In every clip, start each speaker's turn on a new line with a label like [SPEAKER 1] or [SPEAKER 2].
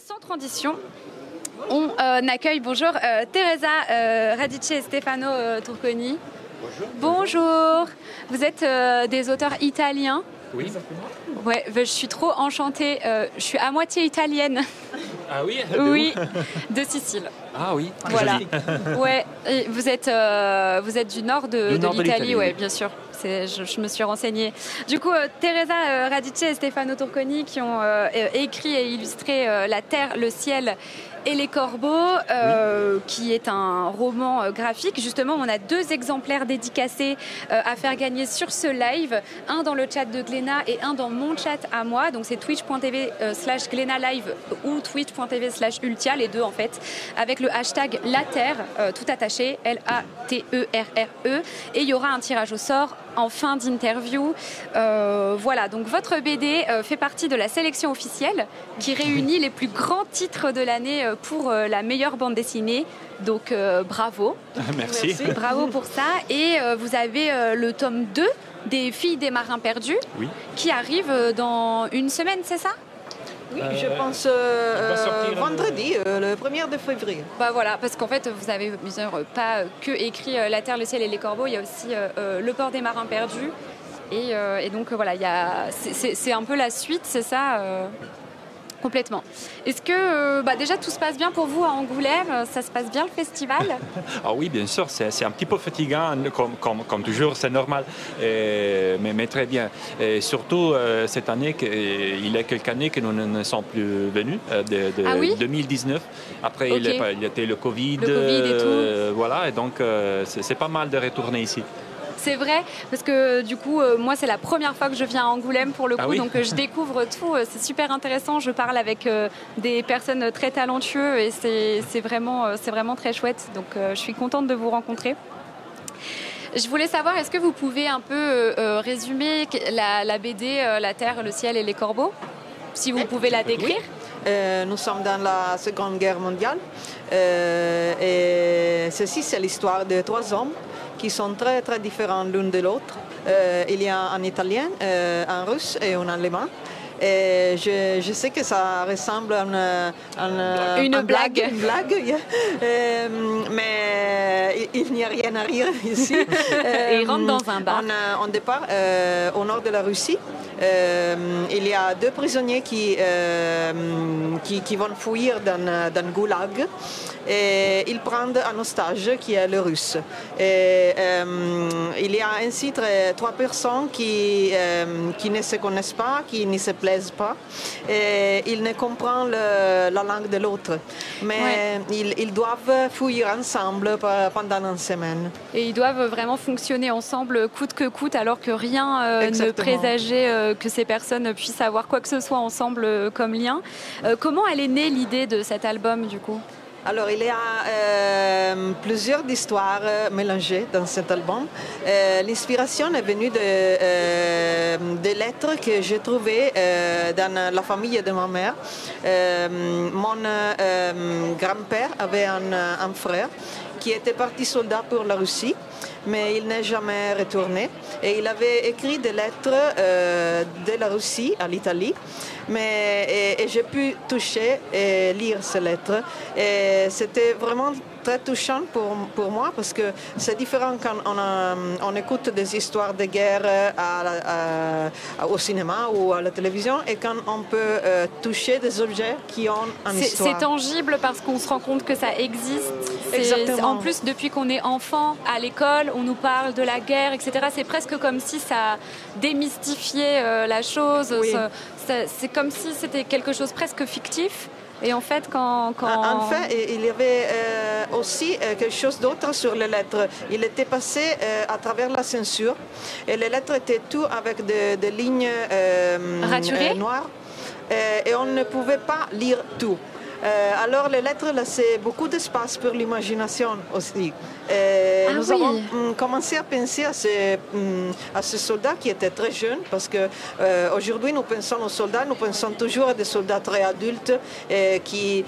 [SPEAKER 1] Sans transition, on accueille, bonjour, Teresa Radice et Stefano Turconi.
[SPEAKER 2] Bonjour.
[SPEAKER 1] Bonjour. Vous êtes des auteurs italiens.
[SPEAKER 2] Oui.
[SPEAKER 1] Ouais, je suis trop enchantée. Je suis à moitié italienne.
[SPEAKER 2] Ah oui.
[SPEAKER 1] Oui, de Sicile.
[SPEAKER 2] Ah oui.
[SPEAKER 1] Voilà. Ouais. Et vous êtes du nord de l'Italie, ouais, bien sûr. Je me suis renseignée. Du coup, Teresa Radice et Stefano Turconi qui ont écrit et illustré La Terre, le ciel et les corbeaux, qui est un roman graphique. Justement, on a 2 exemplaires dédicacés à faire gagner sur ce live. Un dans le chat de Glénat et un dans mon chat à moi. Donc c'est twitch.tv/GlénatLive ou twitch.tv/Ultia, les deux en fait, avec le hashtag La Terre, tout attaché, LATERRE. Et il y aura un tirage au sort en fin d'interview. Voilà, donc votre BD fait partie de la sélection officielle qui réunit les plus grands titres de l'année pour la meilleure bande dessinée. Donc bravo.
[SPEAKER 2] Merci.
[SPEAKER 1] Bravo pour ça. Et vous avez le tome 2 des Filles des marins perdus,
[SPEAKER 2] oui, qui
[SPEAKER 1] arrive dans une semaine, c'est ça ?
[SPEAKER 3] Oui, je pense vendredi, le 1er de février.
[SPEAKER 1] Bah voilà, parce qu'en fait, vous avez bien sûr pas que écrit La Terre, le ciel et les corbeaux, il y a aussi Le port des marins perdus. Et donc voilà, c'est un peu la suite, c'est ça complètement. Est-ce que déjà tout se passe bien pour vous à Angoulême? Ça se passe bien le festival?
[SPEAKER 2] Ah oui, bien sûr, c'est un petit peu fatigant, comme toujours, c'est normal, mais très bien. Et surtout, cette année, il y a quelques années que nous ne sommes plus venus,
[SPEAKER 1] ah oui
[SPEAKER 2] 2019. Après,
[SPEAKER 1] okay.
[SPEAKER 2] il y a le Covid.
[SPEAKER 1] Le Covid et tout.
[SPEAKER 2] Voilà, et donc c'est pas mal de retourner ici.
[SPEAKER 1] C'est vrai, parce que du coup, moi, c'est la première fois que je viens à Angoulême pour le coup,
[SPEAKER 2] ah oui.
[SPEAKER 1] donc je découvre tout. C'est super intéressant. Je parle avec des personnes très talentueuses et c'est vraiment très chouette. Donc, je suis contente de vous rencontrer. Je voulais savoir, est-ce que vous pouvez un peu résumer la BD La Terre, le ciel et les corbeaux, si vous pouvez la décrire?
[SPEAKER 3] Oui. Nous sommes dans la Seconde Guerre mondiale et ceci, c'est l'histoire de 3 hommes qui sont très, très différents l'un de l'autre. Il y a un Italien, un Russe et un Allemand. Et je sais que ça ressemble à
[SPEAKER 1] une blague.
[SPEAKER 3] Une blague, yeah. Mais il n'y a rien à rire ici.
[SPEAKER 1] Et ils rentrent dans un bar.
[SPEAKER 3] On départ au nord de la Russie. Il y a 2 prisonniers qui vont fuir dans Goulag. Et ils prennent un otage qui est le russe. Et il y a ainsi 3 personnes qui ne se connaissent pas, qui ne se plaisent pas. Et ils ne comprennent la langue de l'autre. Mais ils doivent fuir ensemble pendant une semaine.
[SPEAKER 1] Et ils doivent vraiment fonctionner ensemble coûte que coûte, alors que rien ne présageait que ces personnes puissent avoir quoi que ce soit ensemble comme lien. Comment elle est née l'idée de cet album du coup ?
[SPEAKER 3] Alors, il y a plusieurs histoires mélangées dans cet album. L'inspiration est venue des lettres que j'ai trouvées dans la famille de ma mère. Mon grand-père avait un frère qui était parti soldat pour la Russie, mais il n'est jamais retourné. Et il avait écrit des lettres de la Russie à l'Italie. Et j'ai pu toucher et lire ces lettres. Et c'était vraiment très touchant pour moi parce que c'est différent quand on écoute des histoires de guerre au cinéma ou à la télévision et quand on peut toucher des objets qui ont une histoire.
[SPEAKER 1] C'est tangible parce qu'on se rend compte que ça existe.
[SPEAKER 3] Exactement.
[SPEAKER 1] En plus, depuis qu'on est enfant à l'école, on nous parle de la guerre, etc. C'est presque comme si ça démystifiait la chose.
[SPEAKER 3] Oui.
[SPEAKER 1] C'est comme si c'était quelque chose presque fictif. Et en fait, quand...
[SPEAKER 3] En fait, il y avait aussi quelque chose d'autre sur les lettres. Il était passé à travers la censure. Et les lettres étaient tout avec des lignes noires. Et on ne pouvait pas lire tout. Alors les lettres laissaient beaucoup d'espace pour l'imagination aussi. Nous avons commencé à penser à ce soldat qui était très jeune parce qu'aujourd'hui nous pensons aux soldats, nous pensons toujours à des soldats très adultes qui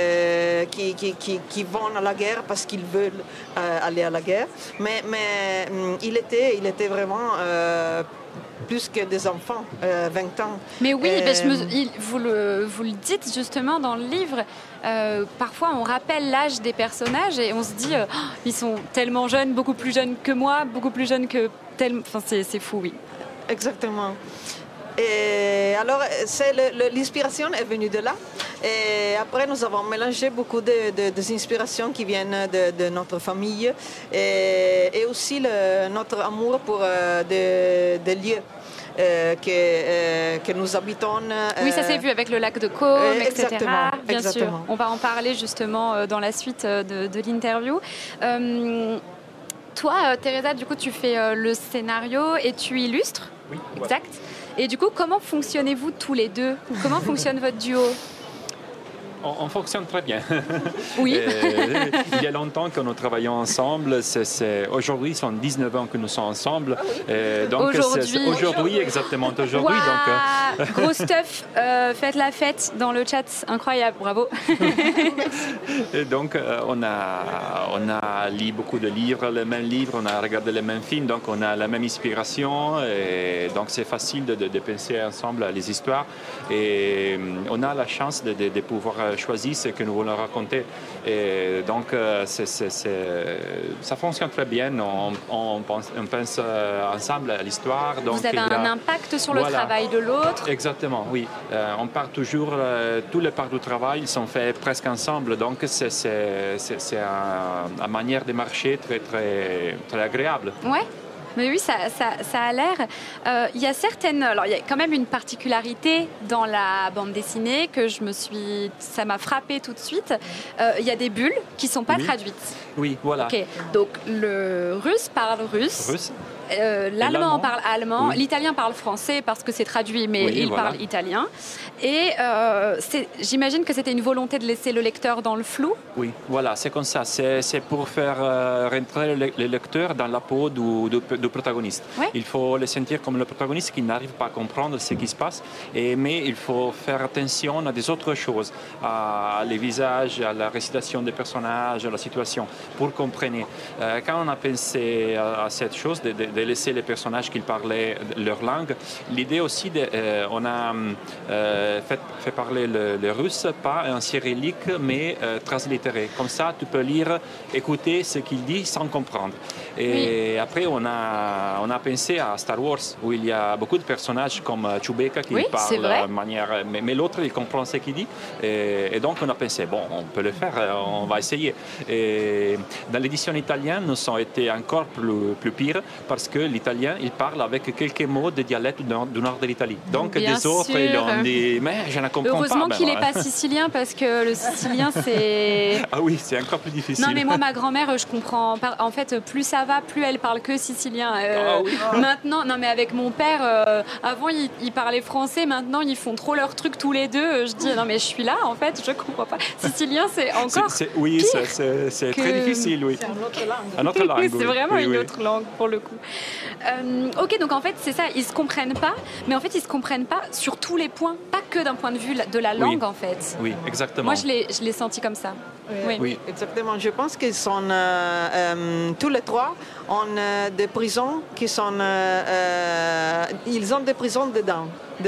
[SPEAKER 3] vont à la guerre parce qu'ils veulent aller à la guerre. Mais il était vraiment plus que des enfants, 20 ans.
[SPEAKER 1] Mais oui, vous le dites justement dans le livre. Parfois, on rappelle l'âge des personnages et on se dit, ils sont tellement jeunes, beaucoup plus jeunes que moi, beaucoup plus jeunes que tel. Enfin, c'est fou, oui.
[SPEAKER 3] Exactement. Et alors, l'inspiration est venue de là. Et après, nous avons mélangé beaucoup des inspirations qui viennent de notre famille et aussi notre amour pour des lieux. Que nous habitons.
[SPEAKER 1] Oui, ça s'est vu avec le lac de Côme, etc. Bien
[SPEAKER 3] exactement.
[SPEAKER 1] sûr. On va en parler justement dans la suite de l'interview. Toi, Teresa, du coup, tu fais le scénario et tu illustres.
[SPEAKER 2] Oui.
[SPEAKER 1] Exact. Et du coup, comment fonctionnez-vous tous les deux? Comment fonctionne votre duo?
[SPEAKER 2] On fonctionne très bien.
[SPEAKER 1] Oui.
[SPEAKER 2] Il y a longtemps que nous travaillons ensemble. Aujourd'hui, ce sont 19 ans que nous sommes ensemble. Aujourd'hui, exactement. Aujourd'hui.
[SPEAKER 1] Donc, gros stuff. Faites la fête dans le chat. Incroyable. Bravo.
[SPEAKER 2] Et donc, on a lu beaucoup de livres, les mêmes livres. On a regardé les mêmes films. Donc, on a la même inspiration. Et donc, c'est facile de penser ensemble les histoires. Et on a la chance de pouvoir choisir ce que nous voulons raconter. Et donc, ça fonctionne très bien. On pense ensemble à l'histoire. Donc,
[SPEAKER 1] vous avez un impact sur le travail de l'autre.
[SPEAKER 2] Exactement, oui. On part toujours, tous les parts du travail sont faits presque ensemble. Donc, c'est une manière de marcher très, très, très agréable.
[SPEAKER 1] Ouais. Mais oui, ça a l'air. Il y a alors il y a quand même une particularité dans la bande dessinée que ça m'a frappée tout de suite. Il y a des bulles qui sont pas traduites.
[SPEAKER 2] Oui, voilà.
[SPEAKER 1] Ok. Donc le russe parle russe. L'allemand parle allemand, oui. L'italien parle français parce que c'est traduit, mais il parle italien. Et j'imagine que c'était une volonté de laisser le lecteur dans le flou.
[SPEAKER 2] Oui, voilà, c'est comme ça. C'est pour faire rentrer le lecteur dans la peau du protagoniste. Ouais. Il faut le sentir comme le protagoniste qui n'arrive pas à comprendre ce qui se passe, mais il faut faire attention à des autres choses, à les visages, à la récitation des personnages, à la situation, pour comprendre. Quand on a pensé à cette chose, de laisser les personnages qui parlaient leur langue. L'idée aussi, on a fait parler le russe, pas en cyrillique, mais translittéré. Comme ça, tu peux lire, écouter ce qu'il dit sans comprendre. Et après, on a pensé à Star Wars, où il y a beaucoup de personnages comme Chewbacca qui parlent de manière... Mais l'autre, il comprend ce qu'il dit. Et donc, on a pensé, bon, on peut le faire, on va essayer. Et dans l'édition italienne, nous avons été encore plus pire, parce que l'italien, il parle avec quelques mots de dialecte du nord de l'Italie. Donc, des autres, ils ont dit, mais je ne comprends pas.
[SPEAKER 1] Heureusement qu'il n'est pas sicilien, parce que le sicilien, c'est...
[SPEAKER 2] Ah oui, c'est encore plus difficile.
[SPEAKER 1] Non, mais moi, ma grand-mère, je comprends. En fait, plus ça va, plus elle parle que sicilien. Maintenant, non, mais avec mon père, avant, il parlait français. Maintenant, ils font trop leur truc tous les deux. Je dis, non, mais je suis là, en fait, je ne comprends pas. Sicilien, c'est encore
[SPEAKER 2] oui,
[SPEAKER 1] pire
[SPEAKER 2] c'est très difficile, oui.
[SPEAKER 3] C'est une autre langue.
[SPEAKER 2] Une autre langue,
[SPEAKER 1] oui. C'est vraiment une autre langue, pour le coup. Ok, donc en fait, c'est ça, ils ne se comprennent pas, mais en fait, ils ne se comprennent pas sur tous les points, pas que d'un point de vue de la langue, en fait.
[SPEAKER 2] Oui, exactement.
[SPEAKER 1] Moi, je l'ai senti comme ça.
[SPEAKER 3] Oui, exactement. Je pense qu'ils sont tous les trois ont des prisons qui sont... ils ont des prisons dedans.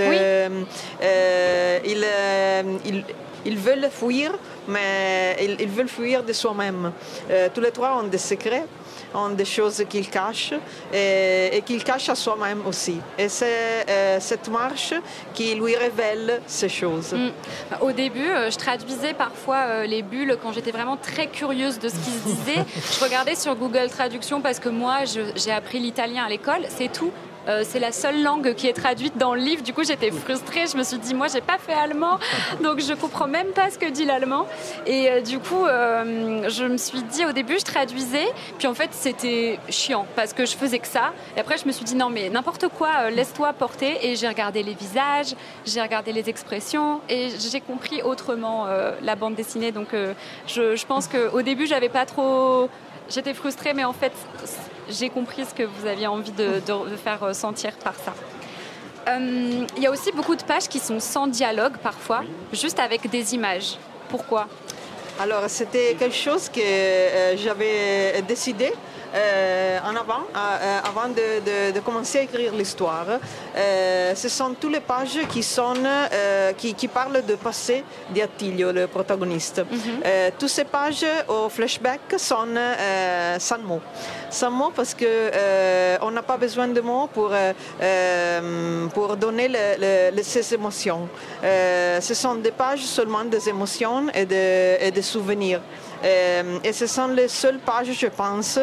[SPEAKER 3] Ils veulent fuir, mais ils veulent fuir de soi-même. Tous les trois ont des secrets, ont des choses qu'ils cachent et qu'ils cachent à soi-même aussi. Et c'est cette marche qui lui révèle ces choses.
[SPEAKER 1] Au début, je traduisais parfois les bulles quand j'étais vraiment très curieuse de ce qui se disait. Je regardais sur Google Traduction parce que moi, j'ai appris l'italien à l'école, c'est tout. C'est la seule langue qui est traduite dans le livre. Du coup, j'étais frustrée. Je me suis dit, moi, j'ai pas fait allemand, donc je comprends même pas ce que dit l'allemand. Et du coup, je me suis dit, au début, je traduisais. Puis en fait, c'était chiant parce que je faisais que ça. Et après, je me suis dit, non, mais n'importe quoi, laisse-toi porter. Et j'ai regardé les visages, j'ai regardé les expressions et j'ai compris autrement la bande dessinée. Donc, je pense qu'au début, j'avais pas trop... J'étais frustrée, mais en fait, j'ai compris ce que vous aviez envie de faire sentir par ça. Il y a aussi beaucoup de pages qui sont sans dialogue parfois, juste avec des images. Pourquoi ?
[SPEAKER 3] Alors, c'était quelque chose que j'avais décidé avant de commencer à écrire l'histoire. Ce sont toutes les pages qui parlent du passé d'Attilio, le protagoniste. Toutes ces pages au flashback sont sans mots. Sans mots parce qu'on n'a pas besoin de mots pour donner ces émotions. Ce sont des pages seulement des émotions et des souvenirs. Et ce sont les seules pages, je pense,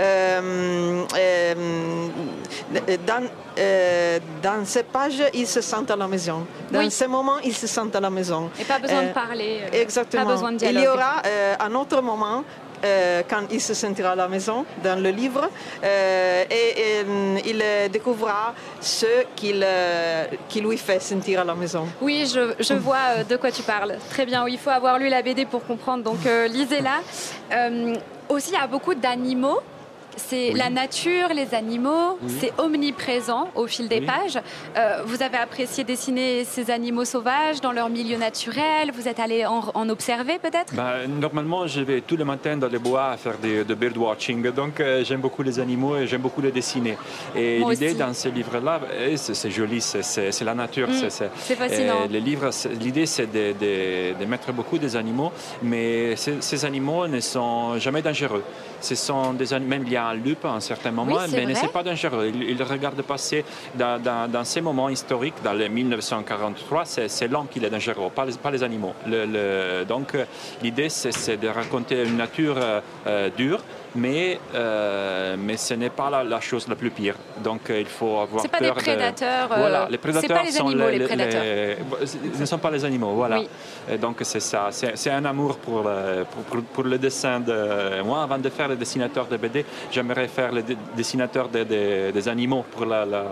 [SPEAKER 3] dans ces pages, ils se sentent à la maison. Dans ces moments, ils se sentent à la maison.
[SPEAKER 1] Et pas besoin de parler.
[SPEAKER 3] Exactement.
[SPEAKER 1] Pas besoin de dialogue.
[SPEAKER 3] Il y aura un autre moment quand il se sentira à la maison dans le livre et il découvrira ce qui lui fait sentir à la maison.
[SPEAKER 1] Oui, je vois de quoi tu parles. Très bien, il faut avoir lu la BD pour comprendre, donc lisez-la. Aussi, il y a beaucoup d'animaux. C'est la nature, les animaux, c'est omniprésent au fil des pages. Vous avez apprécié dessiner ces animaux sauvages dans leur milieu naturel. Vous êtes allé en observer peut-être?
[SPEAKER 2] Normalement, je vais tous les matins dans les bois à faire de birdwatching. Donc, j'aime beaucoup les animaux et j'aime beaucoup les dessiner. Et l'idée dans ce livre-là, c'est joli, c'est la nature.
[SPEAKER 1] C'est fascinant.
[SPEAKER 2] Les livres, l'idée, c'est de mettre beaucoup des animaux, mais ces animaux ne sont jamais dangereux. Ce sont des animaux, même il y a un loup à un certain moment, mais ce n'est pas dangereux. Il regarde passer dans ces moments historiques, dans les 1943, c'est l'homme qui est dangereux, pas les animaux. Donc l'idée, c'est de raconter une nature dure, mais ce n'est pas la chose la plus pire. Donc il faut avoir peur.
[SPEAKER 1] C'est pas des prédateurs.
[SPEAKER 2] Voilà, les prédateurs
[SPEAKER 1] pas les animaux, les prédateurs.
[SPEAKER 2] Ce ne sont pas les animaux, voilà. Oui. Et donc c'est ça. C'est un amour pour le dessin. Moi, avant de faire le dessinateur de BD, j'aimerais faire le dessinateur des animaux pour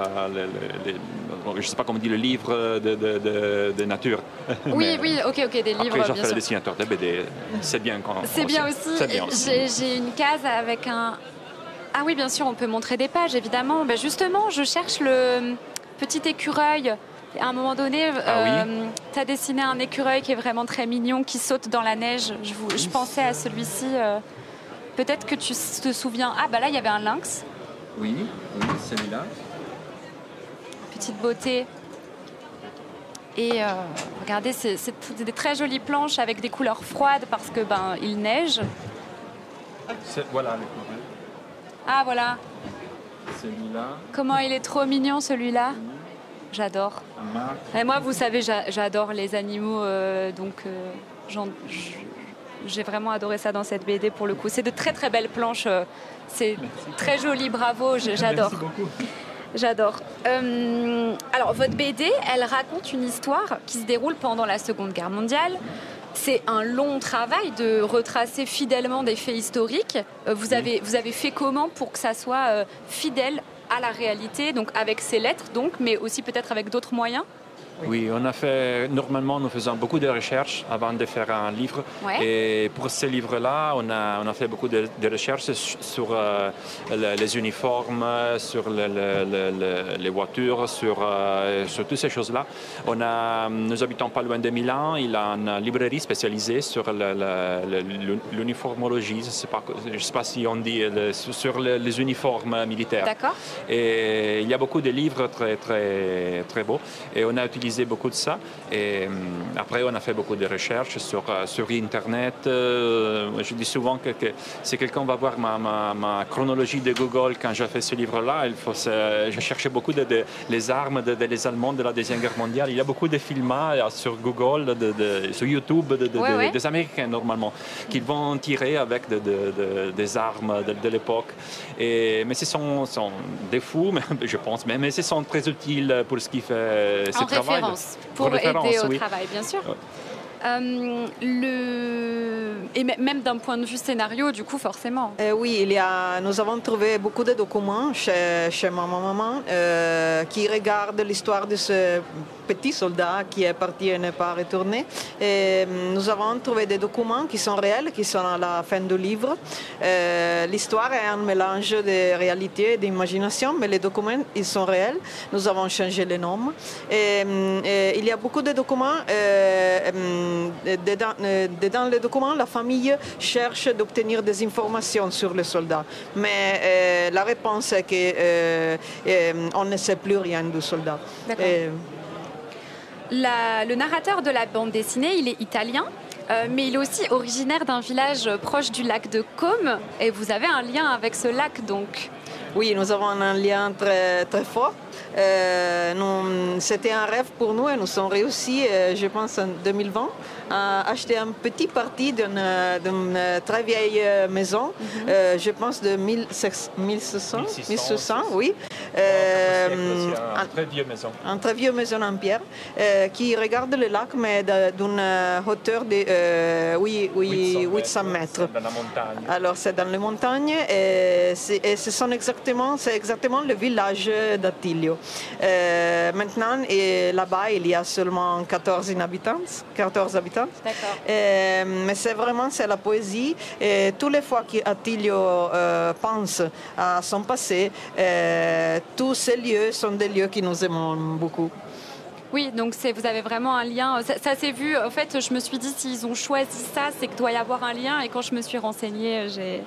[SPEAKER 2] je ne sais pas comment on dit, le livre de nature.
[SPEAKER 1] Oui, ok, des livres.
[SPEAKER 2] Après, j'ai fait le dessinateur de BD. C'est bien quand.
[SPEAKER 1] C'est bien aussi. J'ai une case avec un. Ah oui, bien sûr, on peut montrer des pages, évidemment. Ben justement, je cherche le petit écureuil. À un moment donné, tu as dessiné un écureuil qui est vraiment très mignon, qui saute dans la neige. Je pensais à celui-ci. Peut-être que tu te souviens. Ah, bah là, il y avait un lynx.
[SPEAKER 2] Oui, celui-là.
[SPEAKER 1] Petite beauté. Et regardez, c'est des très jolies planches avec des couleurs froides parce que il neige.
[SPEAKER 2] Voilà le courant.
[SPEAKER 1] Ah, voilà.
[SPEAKER 2] Celui-là.
[SPEAKER 1] Comment il est trop mignon, celui-là. J'adore. Et moi, vous savez, j'adore les animaux, donc j'ai vraiment adoré ça dans cette BD pour le coup. C'est de très très belles planches, c'est très joli, bravo, j'adore.
[SPEAKER 2] Merci beaucoup.
[SPEAKER 1] J'adore. Alors, votre BD, elle raconte une histoire qui se déroule pendant la Seconde Guerre mondiale. C'est un long travail de retracer fidèlement des faits historiques. Vous avez fait comment pour que ça soit fidèle à la réalité, donc avec ces lettres, mais aussi peut-être avec d'autres moyens?
[SPEAKER 2] Oui, normalement, nous faisons beaucoup de recherches avant de faire un livre.
[SPEAKER 1] Ouais.
[SPEAKER 2] Et pour ce livre-là, on a fait beaucoup de recherches sur les uniformes, sur les voitures, sur toutes ces choses-là. Nous habitons pas loin de Milan. Il a une librairie spécialisée sur l'uniformologie. Je ne sais pas si on dit sur les uniformes militaires.
[SPEAKER 1] D'accord.
[SPEAKER 2] Et il y a beaucoup de livres très, très, très beaux. Et on a utilisé beaucoup de ça. Et après, on a fait beaucoup de recherches sur Internet. Je dis souvent que si quelqu'un va voir ma chronologie de Google quand j'ai fait ce livre-là, je cherchais beaucoup les armes des Allemands de la Deuxième Guerre mondiale. Il y a beaucoup de films sur Google, sur YouTube, des Américains normalement, qui vont tirer avec des armes de l'époque. Mais ce sont des fous, je pense, mais ce sont très utiles pour ce qui fait ce travail.
[SPEAKER 1] Pour aider au travail, bien sûr. Et même d'un point de vue scénario, du coup, forcément.
[SPEAKER 3] Oui, nous avons trouvé beaucoup de documents chez ma maman qui regardent l'histoire de ce petit soldat qui est parti et n'est pas retourné. Et nous avons trouvé des documents qui sont réels, qui sont à la fin du livre. L'histoire est un mélange de réalité et d'imagination, mais les documents, ils sont réels. Nous avons changé les noms. Et il y a beaucoup de documents dans le document, la famille cherche d'obtenir des informations sur les soldats. Mais la réponse est qu'on ne sait plus rien du soldat.
[SPEAKER 1] Le narrateur de la bande dessinée, il est italien. Mais il est aussi originaire d'un village proche du lac de Côme. Et vous avez un lien avec ce lac, donc.
[SPEAKER 3] Oui, nous avons un lien très, très fort. C'était un rêve pour nous et nous sommes réussis, je pense, en 2020, à acheter un petit parti d'une très vieille maison, je pense de 1600, oui.
[SPEAKER 2] Un très vieux maison.
[SPEAKER 3] Un très vieux maison en pierre qui regarde le lac, mais d'une hauteur de 800 mètres.
[SPEAKER 2] C'est dans la montagne.
[SPEAKER 3] Alors, c'est dans les montagnes et c'est exactement le village d'Attilio. Maintenant, là-bas, il y a seulement 14 habitants.
[SPEAKER 1] D'accord.
[SPEAKER 3] Mais c'est la poésie. Et toutes les fois qu'Attilio pense à son passé, tous ces lieux sont des lieux qui nous aimons beaucoup.
[SPEAKER 1] Oui, donc vous avez vraiment un lien. Ça s'est vu. En fait, je me suis dit, s'ils ont choisi ça, c'est qu'il doit y avoir un lien. Et quand je me suis renseignée,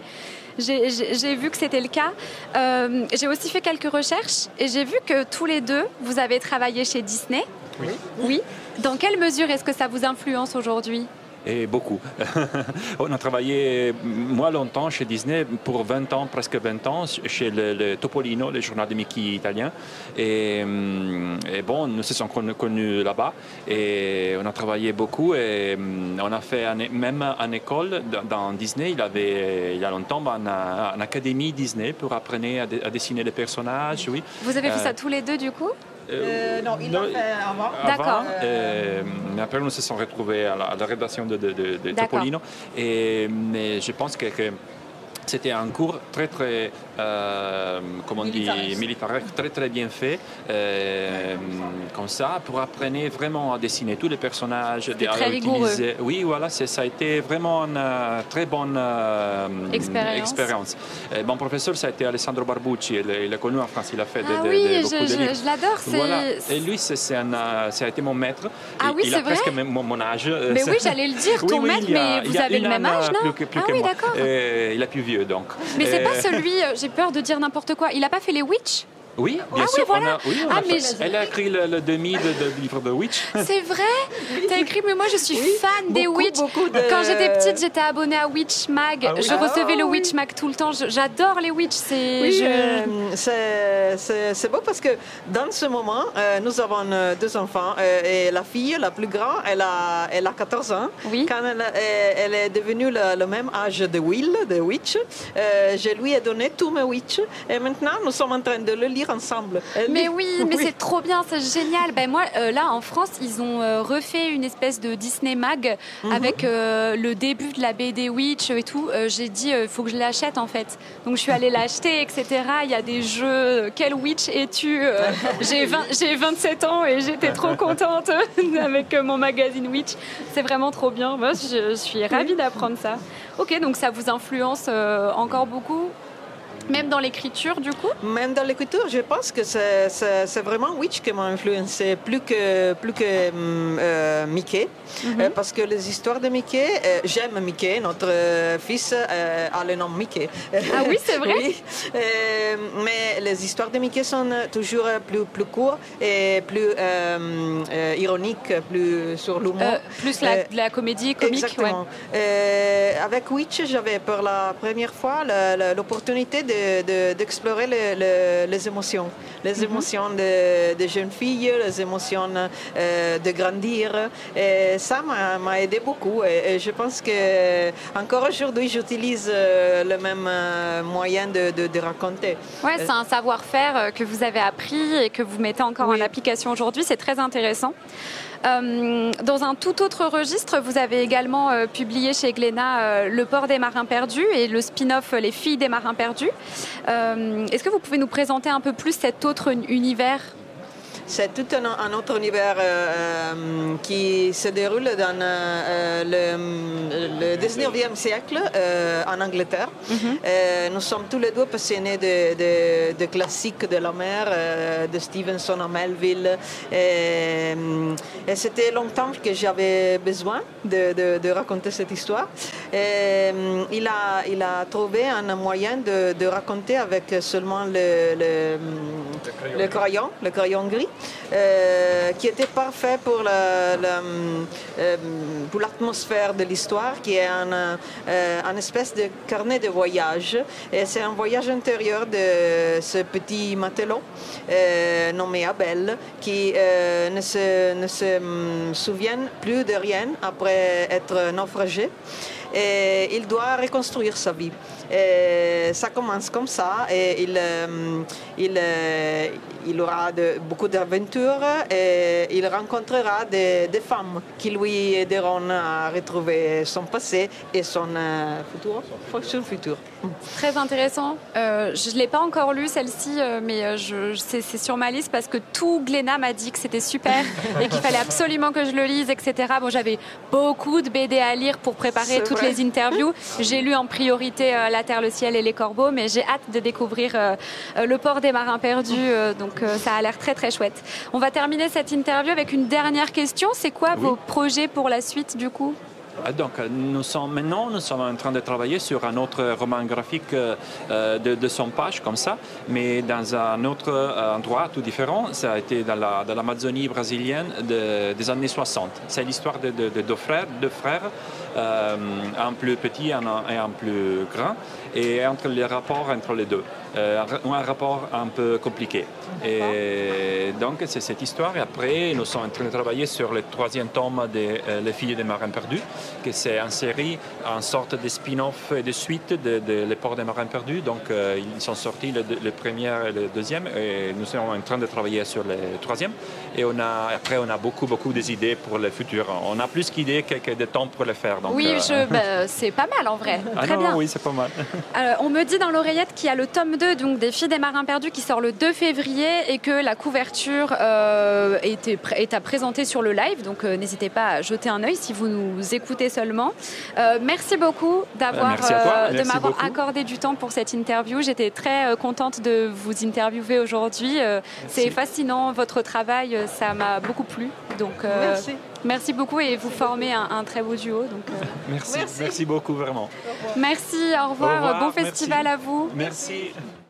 [SPEAKER 1] j'ai vu que c'était le cas. J'ai aussi fait quelques recherches et j'ai vu que tous les deux, vous avez travaillé chez Disney. Oui. Dans quelle mesure est-ce que ça vous influence aujourd'hui ?
[SPEAKER 2] Et beaucoup. On a travaillé, moi, longtemps chez Disney, pour 20 ans, presque 20 ans, chez le Topolino, le journal de Mickey italien. Et bon, nous nous sommes connus là-bas. Et on a travaillé beaucoup. Et on a fait même une école dans Disney. Il y a longtemps une académie Disney pour apprendre à dessiner les personnages. Oui.
[SPEAKER 1] Vous avez fait ça tous les deux, du coup ?
[SPEAKER 3] Non, il l'a fait avant.
[SPEAKER 1] D'accord.
[SPEAKER 2] Mais après, nous nous sommes retrouvés à la rédaction de Topolino. Mais je pense que c'était un cours très, très, militaire, très, très bien fait, comme ça, pour apprendre vraiment à dessiner tous les personnages.
[SPEAKER 1] Très rigoureux.
[SPEAKER 2] Oui, voilà, ça a été vraiment une très bonne expérience. Mon professeur, ça a été Alessandro Barbucci, il est connu en France, il a fait beaucoup de livres.
[SPEAKER 1] Je l'adore.
[SPEAKER 2] Voilà. Et lui, ça a été mon maître.
[SPEAKER 1] Ah oui,
[SPEAKER 2] il a presque mon âge.
[SPEAKER 1] Mais oui, j'allais le dire, ton maître, mais vous avez le même âge, non?
[SPEAKER 2] Plus que moi.
[SPEAKER 1] D'accord.
[SPEAKER 2] Il est plus vieux, donc.
[SPEAKER 1] Mais c'est pas celui, j'ai peur de dire n'importe quoi, il n'a pas fait les Witch?
[SPEAKER 2] Oui, bien sûr.
[SPEAKER 1] Oui, voilà.
[SPEAKER 2] Elle a écrit le demi de livre de Witch.
[SPEAKER 1] C'est vrai? T'as écrit, mais moi je suis fan des Witch. Quand j'étais petite, j'étais abonnée à Witch Mag. Je recevais le Witch Mag tout le temps. J'adore les Witch.
[SPEAKER 3] C'est beau parce que dans ce moment, nous avons deux enfants. Et la fille, la plus grande, elle a 14 ans.
[SPEAKER 1] Oui.
[SPEAKER 3] Quand elle est devenue le même âge de Will, de Witch, je lui ai donné tous mes Witch. Et maintenant, nous sommes en train de le lire ensemble.
[SPEAKER 1] Mais c'est trop bien, c'est génial. Moi, là, en France, ils ont refait une espèce de Disney Mag avec le début de la BD Witch et tout. J'ai dit, il faut que je l'achète, en fait. Donc, je suis allée l'acheter, etc. Il y a des jeux. Quel Witch es-tu? J'ai 27 ans et j'étais trop contente avec mon magazine Witch. C'est vraiment trop bien. Moi, je suis ravie d'apprendre ça. Ok, donc ça vous influence encore beaucoup? Même dans l'écriture, du coup?
[SPEAKER 3] Même dans l'écriture, je pense que c'est vraiment Witch qui m'a influencé plus que Mickey. Parce que les histoires de Mickey, j'aime Mickey, notre fils a le nom Mickey.
[SPEAKER 1] Ah oui, c'est vrai?
[SPEAKER 3] Oui. Mais les histoires de Mickey sont toujours plus courtes et plus ironiques, plus sur l'humour.
[SPEAKER 1] Plus la comédie comique.
[SPEAKER 3] Exactement.
[SPEAKER 1] Ouais.
[SPEAKER 3] Avec Witch, j'avais pour la première fois l'opportunité d'explorer les émotions. Les émotions de jeunes filles, les émotions de grandir. Et ça m'a aidé beaucoup. Et je pense qu'encore aujourd'hui, j'utilise le même moyen de raconter.
[SPEAKER 1] Ouais, c'est un savoir-faire que vous avez appris et que vous mettez encore en application aujourd'hui. C'est très intéressant. Dans un tout autre registre, vous avez également publié chez Glénat Le port des marins perdus et le spin-off Les filles des marins perdus. Est-ce que vous pouvez nous présenter un peu plus cet autre univers?
[SPEAKER 3] c'est tout un autre univers qui se déroule dans le 19e siècle en Angleterre. Nous sommes tous les deux passionnés de classiques de la mer, de Stevenson à Melville. Et c'était longtemps que j'avais besoin de raconter cette histoire. Et il a trouvé un moyen de raconter avec seulement le crayon gris, qui était parfait pour l'atmosphère de l'histoire, qui est un espèce de carnet de voyage. Et c'est un voyage intérieur de ce petit matelot nommé Abel, qui ne se souvient plus de rien après être naufragé. Et il doit reconstruire sa vie. Et ça commence comme ça, et il aura beaucoup d'aventures, et il rencontrera des femmes qui lui aideront à retrouver son passé et son futur.
[SPEAKER 1] Très intéressant. Je ne l'ai pas encore lu celle-ci, mais c'est sur ma liste parce que tout Glénat m'a dit que c'était super et qu'il fallait absolument que je le lise, etc. Bon, j'avais beaucoup de BD à lire pour préparer toutes les interviews. J'ai lu en priorité La Terre, le ciel et les corbeaux, mais j'ai hâte de découvrir Le port des marins perdus, donc ça a l'air très très chouette. On va terminer cette interview avec une dernière question. C'est quoi vos projets pour la suite du coup ?
[SPEAKER 2] Donc, nous sommes en train de travailler sur un autre roman graphique de 100 pages, comme ça, mais dans un autre endroit tout différent. Ça a été dans l'Amazonie brésilienne des années 60. C'est l'histoire de deux frères, un plus petit et un plus grand, et entre les rapports entre les deux. Un rapport un peu compliqué. Et donc, c'est cette histoire. Et après, nous sommes en train de travailler sur le 3e tome de Les filles des marins perdus, que c'est une série, une sorte de spin-off et de suite de Les ports des marins perdus. Donc, ils sont sortis le premier et le 2e, et nous sommes en train de travailler sur le 3e. Et après, on a beaucoup d'idées pour le futur. On a plus d'idées que de temps pour le faire. Donc,
[SPEAKER 1] oui, c'est pas mal en vrai. Très bien.
[SPEAKER 2] Oui, c'est pas mal.
[SPEAKER 1] On me dit dans l'oreillette qu'il y a le tome 2 donc, des filles des marins perdus qui sort le 2 février et que la couverture est à présenter sur le live. Donc, n'hésitez pas à jeter un œil si vous nous écoutez seulement. Merci beaucoup de m'avoir accordé du temps pour cette interview. J'étais très contente de vous interviewer aujourd'hui. C'est fascinant, votre travail, ça m'a beaucoup plu. Donc, merci beaucoup, et vous formez un très beau duo. Donc,
[SPEAKER 2] merci beaucoup, vraiment.
[SPEAKER 1] Merci, au revoir. Bon festival à vous.
[SPEAKER 2] Merci.